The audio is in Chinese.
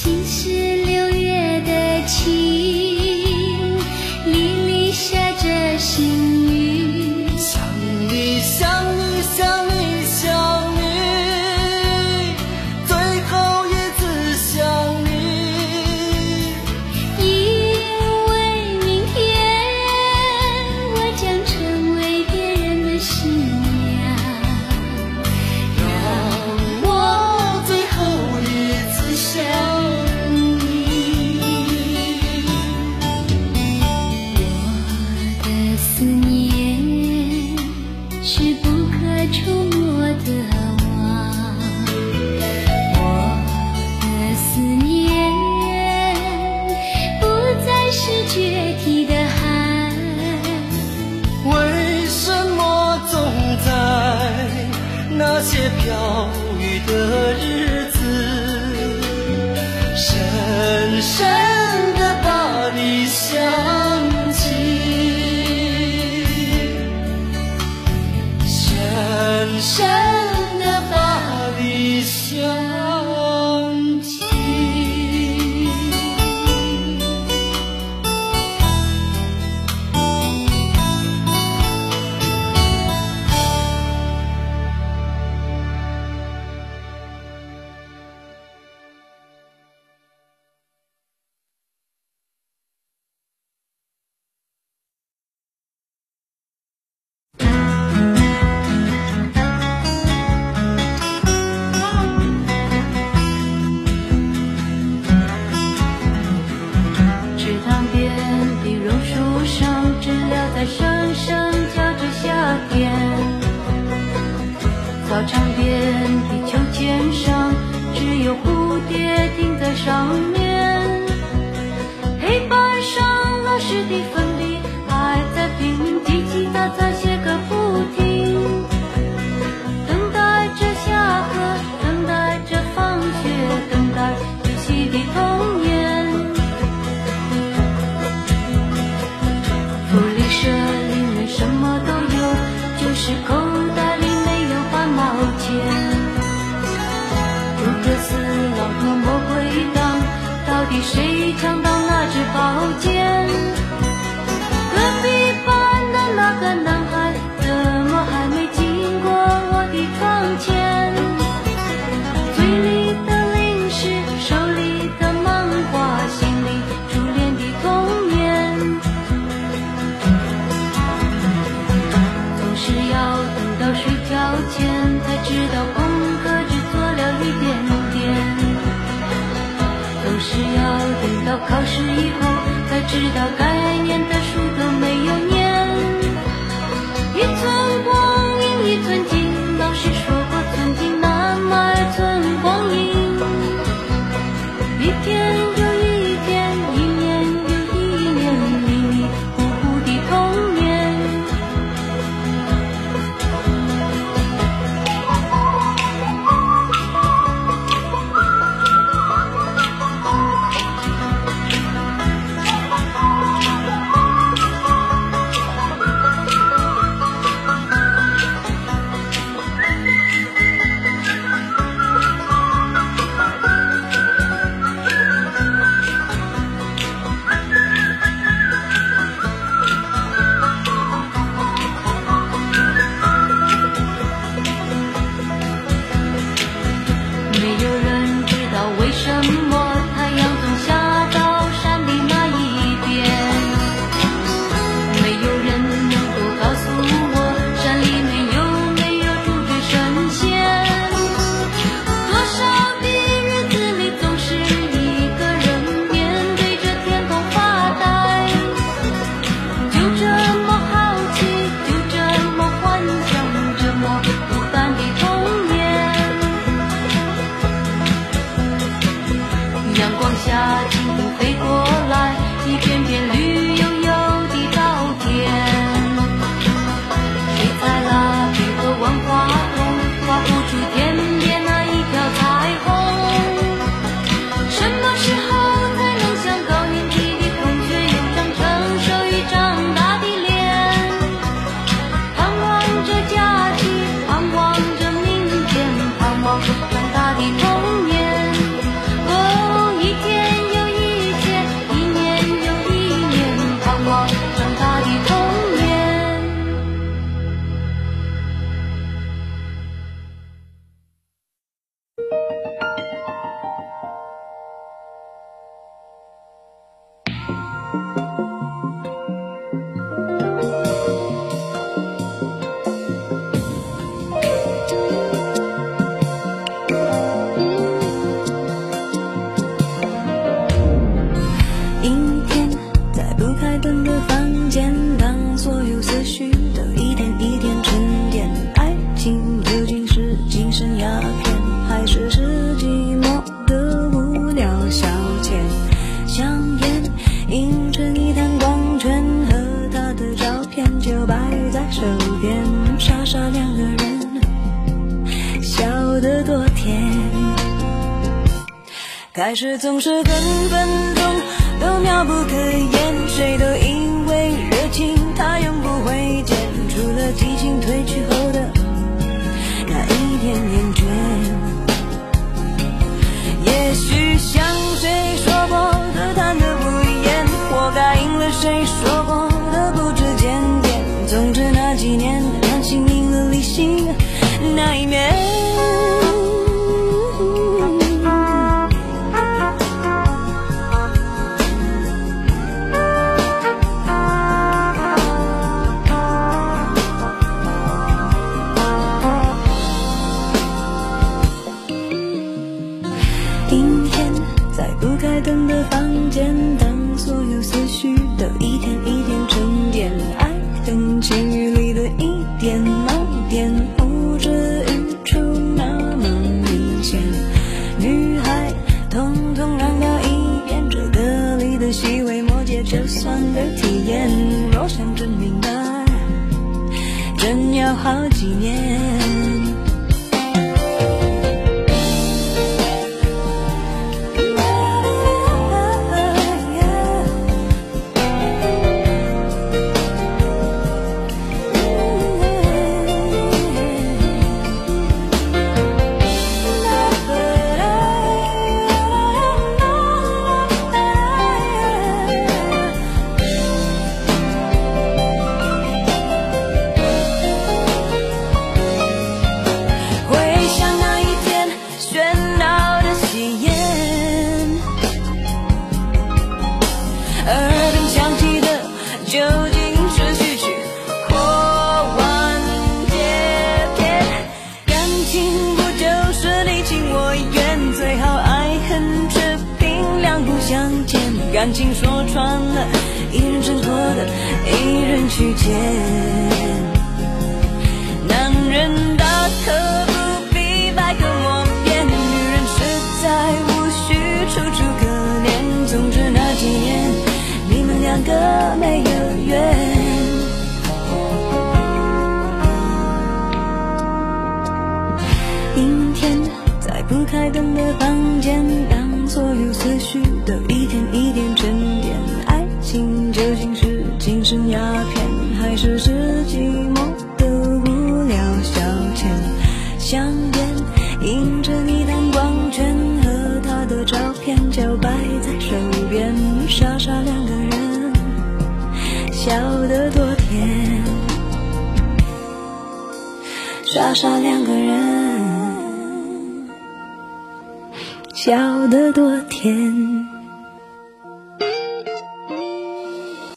心是6月的晴，沥沥下着细雨。 想你想你想你想你，最后一次想你。 因为明天我将成为别人的新娘， 让我最后一次想你。 我的思念是不可触摸的网，我的思念不再是决堤的海。 为什么总在那些飘雨的日子，深深地把你想起，深深地把你想起。 池塘边的榕树上，知了在声声叫着夏天。操场边的秋千上，只有蝴蝶停在上面。黑板上老师的粉笔还在拼命叽叽喳喳写个不停，等待着下课，等待着放学，等待学习的童年。福利社里面什么都有，就是口袋里没有半毛钱。诸葛四老头魔鬼党，到底谁抢到那支宝剑？隔壁班的那个男孩，怎么还没经过我的窗前？嘴里的零食，手里的漫画，心里初恋的童年。总是要等到睡觉前才知道功课只做了一点点，总是要等到考试以后才知道该念的书都没有念。一寸光阴一寸金，老师说过寸金难买寸光阴。一天又一天，一年又一年，迷迷糊糊的童年。没有人知道为什么太阳总下到山的那一边，没有人能够告诉我山里面有没有住着神仙。多少的日子里总是一个人面对着天空发呆，就这么好奇，就这么幻想，这么孤单的童年。阳光下轻轻飞过来，一片片绿油油的稻田。水彩蜡笔和万花筒画不出天边那一条彩虹。什么时候才能像高年级的同学有张成熟与长大的脸？盼望着假期，盼望着明天，盼望长大的童年。哦，一天阴天，在不开灯的房间，当所有思绪都一点一点沉淀，爱情究竟是精神鸦片，还是寂寞的无聊消遣？香烟映成一滩光圈，和他的照片就摆在手边，傻傻两个人，笑得多甜。开始总是分分钟都妙不可言，谁都因为热情他永不会减，除了激情褪去后的那一点厌倦。也许像谁说过的贪得无厌，活该应了谁说过的不知检点，总之那几年感情赢了理性那一面。阴天，在不开灯的房间，当所有思绪都一点一点沉淀，爱恨情欲里的一点盲点，呼之欲出那么明显。女孩统统让到一边，这歌里的细微末节就算的体验，若想真明白，真要好几年。耳边响起的究竟是序曲或完结篇？感情不就是你情我愿，最好爱恨持平，两不相欠。感情说穿了，一人挣脱的一人去捡。男人大可不必百口莫辩，女人实在无需楚楚可怜。总之那几年你们两个没有缘。阴天，在不开灯的房间，当所有思绪都一点一点沉淀，爱情究竟是精神鸦片，还是寂寞的无聊消遣？香烟映着一滩光圈，和他的照片就摆在手边，傻傻两个人，笑得多甜。傻傻两个人，笑得多甜。